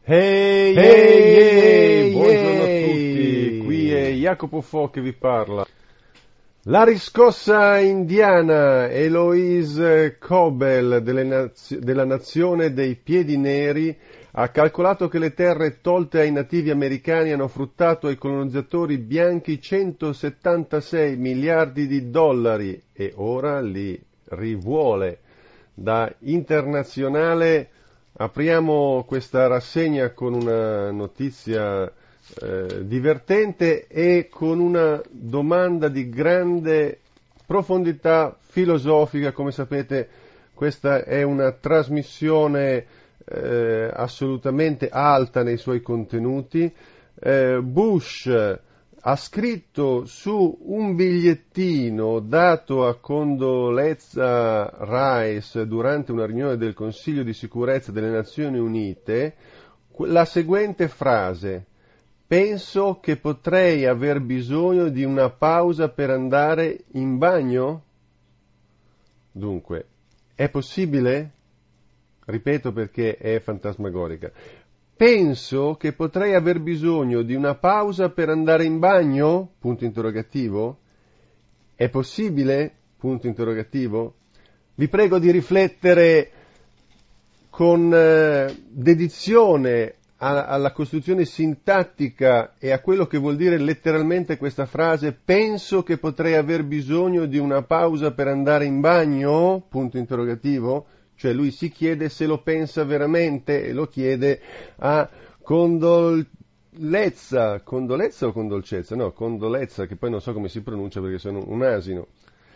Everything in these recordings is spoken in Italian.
Ehi, Ehi, ehi, ehi, buongiorno a ehi. tutti, qui è Jacopo Fo che vi parla. La riscossa indiana Eloise Kobel della nazione dei Piedi Neri ha calcolato che le terre tolte ai nativi americani hanno fruttato ai colonizzatori bianchi 176 miliardi di dollari e ora li rivuole. Da Internazionale apriamo questa rassegna con una notizia divertente e con una domanda di grande profondità filosofica. Come sapete, questa è una trasmissione assolutamente alta nei suoi contenuti. Bush ha scritto su un bigliettino dato a Condoleezza Rice durante una riunione del Consiglio di sicurezza delle Nazioni Unite la seguente frase: penso che potrei aver bisogno di una pausa per andare in bagno? Dunque, è possibile? Ripeto perché è fantasmagorica. Penso che potrei aver bisogno di una pausa per andare in bagno? Punto interrogativo. È possibile? Punto interrogativo. Vi prego di riflettere con dedizione alla costruzione sintattica e a quello che vuol dire letteralmente questa frase: penso che potrei aver bisogno di una pausa per andare in bagno? Punto interrogativo. Cioè lui si chiede se lo pensa veramente e lo chiede a Condolezza o Condolcezza? No, Condolezza, che poi non so come si pronuncia perché sono un asino.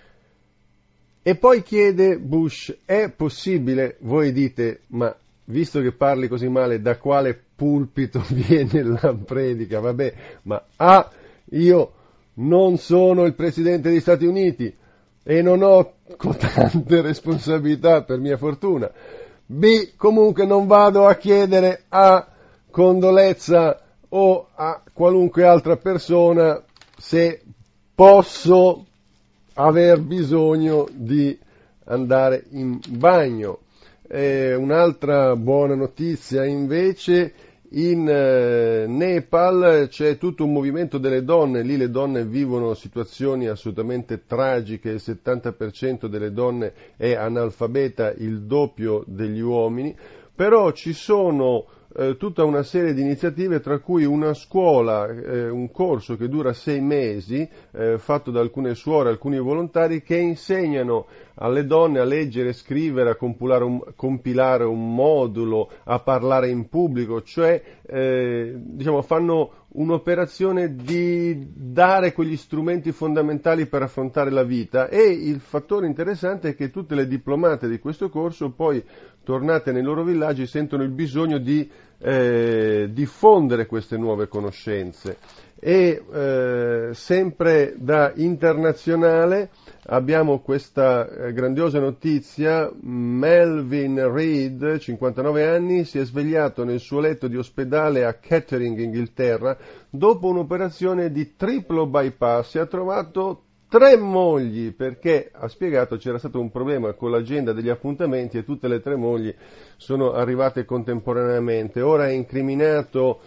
E poi chiede Bush: è possibile? Voi dite: ma visto che parli così male, da quale pulpito viene la predica? Vabbè, ma A, io non sono il Presidente degli Stati Uniti e non ho tante responsabilità, per mia fortuna. B, comunque non vado a chiedere a Condolezza o a qualunque altra persona se posso aver bisogno di andare in bagno. Un'altra buona notizia invece: in Nepal c'è tutto un movimento delle donne. Lì le donne vivono situazioni assolutamente tragiche, il 70% delle donne è analfabeta, il doppio degli uomini, però ci sono tutta una serie di iniziative, tra cui una scuola, un corso che dura 6 mesi, fatto da alcune suore, alcuni volontari, che insegnano alle donne a leggere, scrivere, a compilare un modulo, a parlare in pubblico, cioè fanno un'operazione di dare quegli strumenti fondamentali per affrontare la vita. E il fattore interessante è che tutte le diplomate di questo corso poi, tornate nei loro villaggi, sentono il bisogno di diffondere queste nuove conoscenze. E sempre da Internazionale abbiamo questa grandiosa notizia: Melvin Reed, 59 anni, si è svegliato nel suo letto di ospedale a Kettering, Inghilterra, dopo un'operazione di triplo bypass. Si ha trovato 3 mogli, perché, ha spiegato, c'era stato un problema con l'agenda degli appuntamenti e tutte le 3 mogli sono arrivate contemporaneamente. Ora è incriminato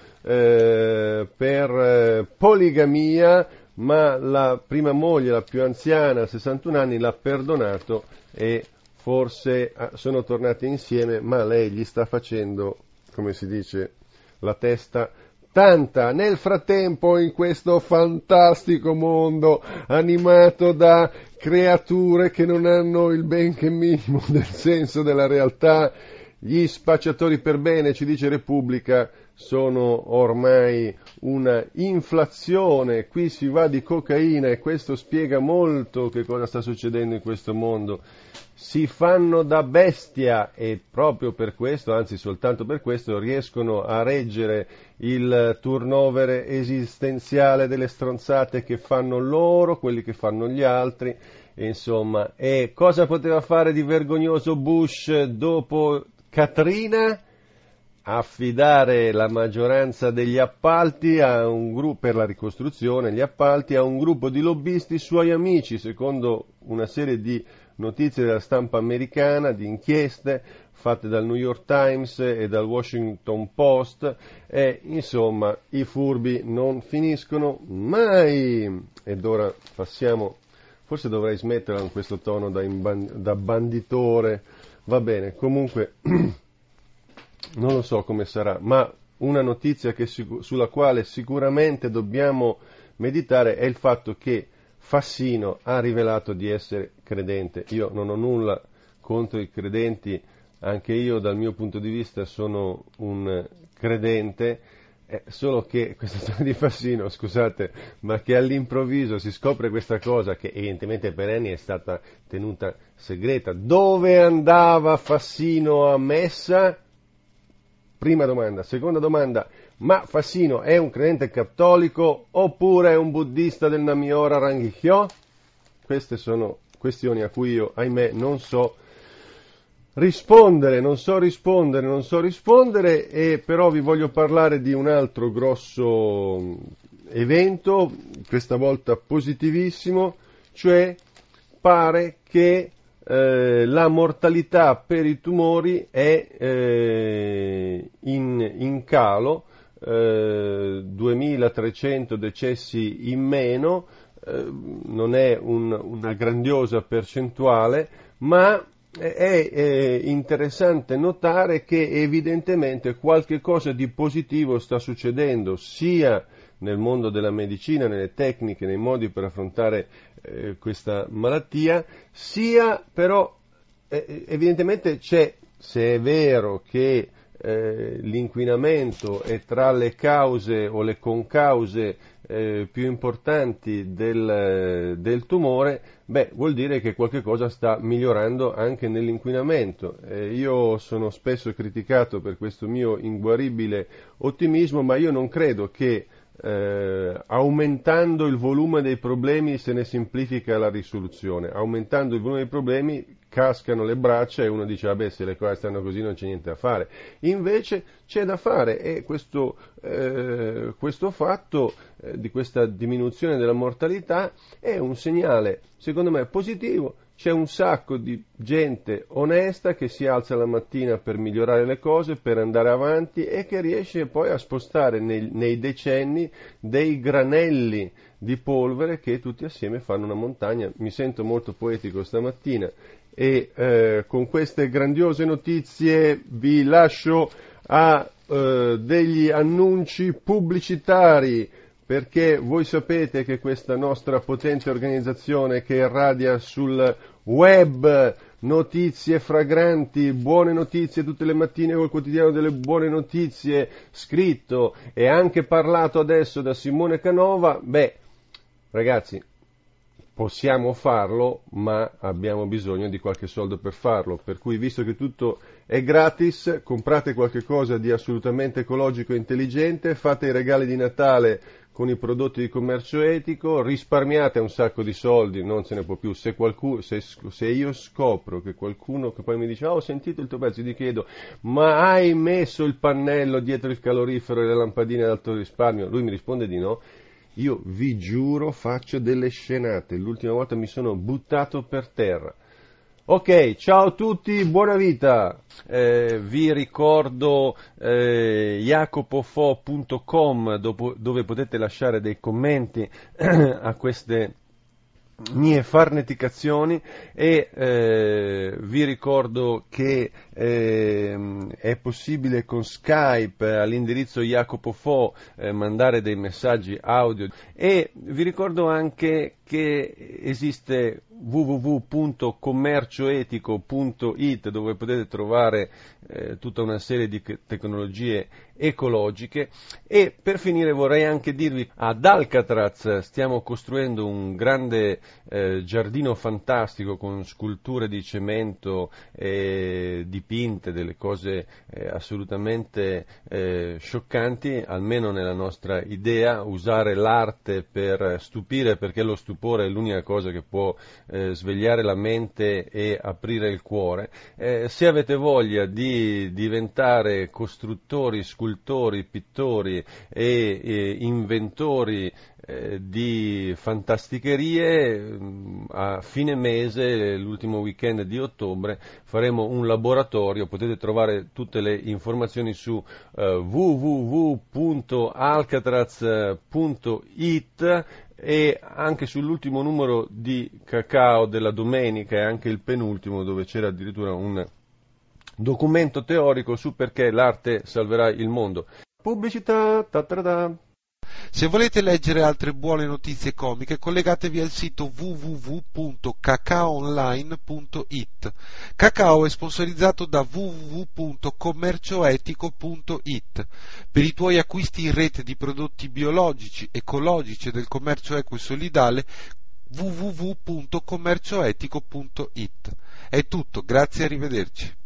per poligamia, ma la prima moglie, la più anziana, 61 anni, l'ha perdonato e forse sono tornati insieme, ma lei gli sta facendo, come si dice, la testa tanta. Nel frattempo, in questo fantastico mondo animato da creature che non hanno il benché minimo del senso della realtà, gli spacciatori per bene, ci dice Repubblica, sono ormai una inflazione. Qui si va di cocaina e questo spiega molto che cosa sta succedendo in questo mondo. Si fanno da bestia e proprio per questo, anzi soltanto per questo, riescono a reggere il turnover esistenziale delle stronzate che fanno loro, quelli che fanno gli altri, insomma. E cosa poteva fare di vergognoso Bush dopo Katrina? Affidare la maggioranza degli appalti a un gruppo per la ricostruzione, gli appalti a un gruppo di lobbisti suoi amici, secondo una serie di notizie della stampa americana, di inchieste. fatte dal New York Times e dal Washington Post, e insomma i furbi non finiscono mai. Ed ora passiamo, forse dovrei smetterla con questo tono da banditore, va bene, comunque non lo so come sarà, ma una notizia sulla quale sicuramente dobbiamo meditare è il fatto che Fassino ha rivelato di essere credente. Io non ho nulla contro i credenti, anche io dal mio punto di vista sono un credente, solo che questa storia di Fassino, scusate, ma che all'improvviso si scopre questa cosa che evidentemente per anni è stata tenuta segreta. Dove andava Fassino a messa? Prima domanda. Seconda domanda, ma Fassino è un credente cattolico oppure è un buddista del Namyora Rangikyo? Queste sono questioni a cui io, ahimè, non so rispondere, e però vi voglio parlare di un altro grosso evento, questa volta positivissimo, cioè pare che la mortalità per i tumori è in calo, 2300 decessi in meno, non è una grandiosa percentuale, ma è interessante notare che evidentemente qualche cosa di positivo sta succedendo sia nel mondo della medicina, nelle tecniche, nei modi per affrontare questa malattia, sia però evidentemente c'è, se è vero che l'inquinamento è tra le cause o le concause più importanti del tumore, vuol dire che qualche cosa sta migliorando anche nell'inquinamento. Io sono spesso criticato per questo mio inguaribile ottimismo, ma io non credo che aumentando il volume dei problemi se ne semplifica la risoluzione. Aumentando il volume dei problemi cascano le braccia e uno dice vabbè, se le cose stanno così non c'è niente da fare. Invece c'è da fare, e questo fatto di questa diminuzione della mortalità è un segnale secondo me positivo. C'è un sacco di gente onesta che si alza la mattina per migliorare le cose, per andare avanti, e che riesce poi a spostare nei decenni dei granelli di polvere che tutti assieme fanno una montagna. Mi sento molto poetico stamattina e con queste grandiose notizie vi lascio a degli annunci pubblicitari, perché voi sapete che questa nostra potente organizzazione che irradia sul web notizie fragranti, buone notizie tutte le mattine col quotidiano delle buone notizie, scritto e anche parlato adesso da Simone Canova, ragazzi, possiamo farlo, ma abbiamo bisogno di qualche soldo per farlo, per cui visto che tutto è gratis, comprate qualche cosa di assolutamente ecologico e intelligente, fate i regali di Natale con i prodotti di commercio etico, risparmiate un sacco di soldi, non se ne può più. Se io scopro che qualcuno che poi mi dice ho sentito il tuo pezzo, gli chiedo ma hai messo il pannello dietro il calorifero e le lampadine ad alto risparmio? Lui mi risponde di no. Io vi giuro faccio delle scenate, l'ultima volta mi sono buttato per terra. Ok, ciao a tutti, buona vita. Vi ricordo jacopofo.com dove potete lasciare dei commenti a queste mie farneticazioni, e vi ricordo che è possibile con Skype all'indirizzo Jacopofo mandare dei messaggi audio, e vi ricordo anche che esiste www.commercioetico.it dove potete trovare tutta una serie di tecnologie ecologiche. E per finire vorrei anche dirvi, ad Alcatraz stiamo costruendo un grande giardino fantastico con sculture di cemento dipinte, delle cose assolutamente scioccanti, almeno nella nostra idea, usare l'arte per stupire, perché lo stupore è l'unica cosa che può svegliare la mente e aprire il cuore. Se avete voglia di diventare costruttori, scultori, pittori e inventori di fantasticherie, a fine mese, l'ultimo weekend di ottobre, faremo un laboratorio. Potete trovare tutte le informazioni su www.alcatraz.it e anche sull'ultimo numero di Cacao della domenica e anche il penultimo, dove c'era addirittura un documento teorico su perché l'arte salverà il mondo. Pubblicità, ta-ta-da. Se volete leggere altre buone notizie comiche, collegatevi al sito www.cacaoonline.it. Cacao è sponsorizzato da www.commercioetico.it. Per i tuoi acquisti in rete di prodotti biologici, ecologici e del commercio equo e solidale, www.commercioetico.it. È tutto, grazie e arrivederci.